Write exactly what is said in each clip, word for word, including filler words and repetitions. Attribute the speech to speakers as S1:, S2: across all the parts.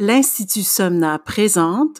S1: L'Institut Somna présente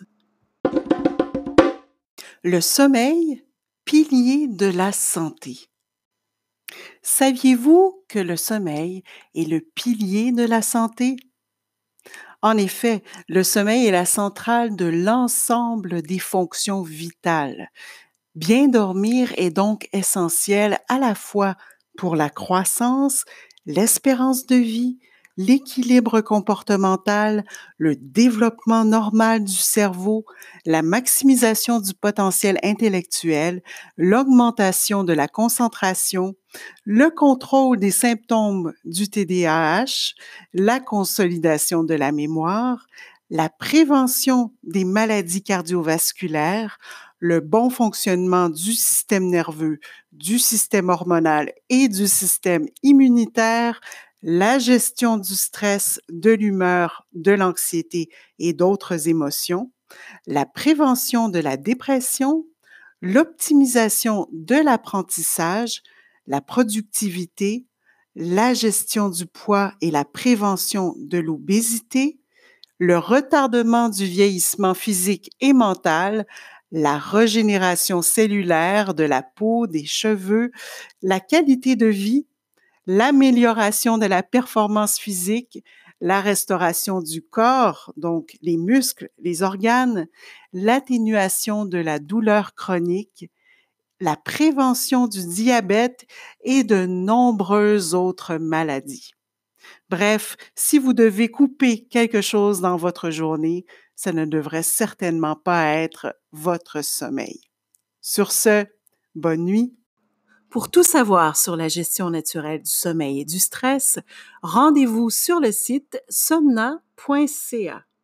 S1: le sommeil, pilier de la santé. Saviez-vous que le sommeil est le pilier de la santé? En effet, le sommeil est la centrale de l'ensemble des fonctions vitales. Bien dormir est donc essentiel à la fois pour la croissance, l'espérance de vie, l'équilibre comportemental, le développement normal du cerveau, la maximisation du potentiel intellectuel, l'augmentation de la concentration, le contrôle des symptômes du T D A H, la consolidation de la mémoire, la prévention des maladies cardiovasculaires, le bon fonctionnement du système nerveux, du système hormonal et du système immunitaire, la gestion du stress, de l'humeur, de l'anxiété et d'autres émotions, la prévention de la dépression, l'optimisation de l'apprentissage, la productivité, la gestion du poids et la prévention de l'obésité, le retardement du vieillissement physique et mental, la régénération cellulaire de la peau, des cheveux, la qualité de vie, l'amélioration de la performance physique, la restauration du corps, donc les muscles, les organes, l'atténuation de la douleur chronique, la prévention du diabète et de nombreuses autres maladies. Bref, si vous devez couper quelque chose dans votre journée, ça ne devrait certainement pas être votre sommeil. Sur ce, bonne nuit. Pour tout savoir sur la gestion naturelle du sommeil et du stress, rendez-vous sur le site somna point c a.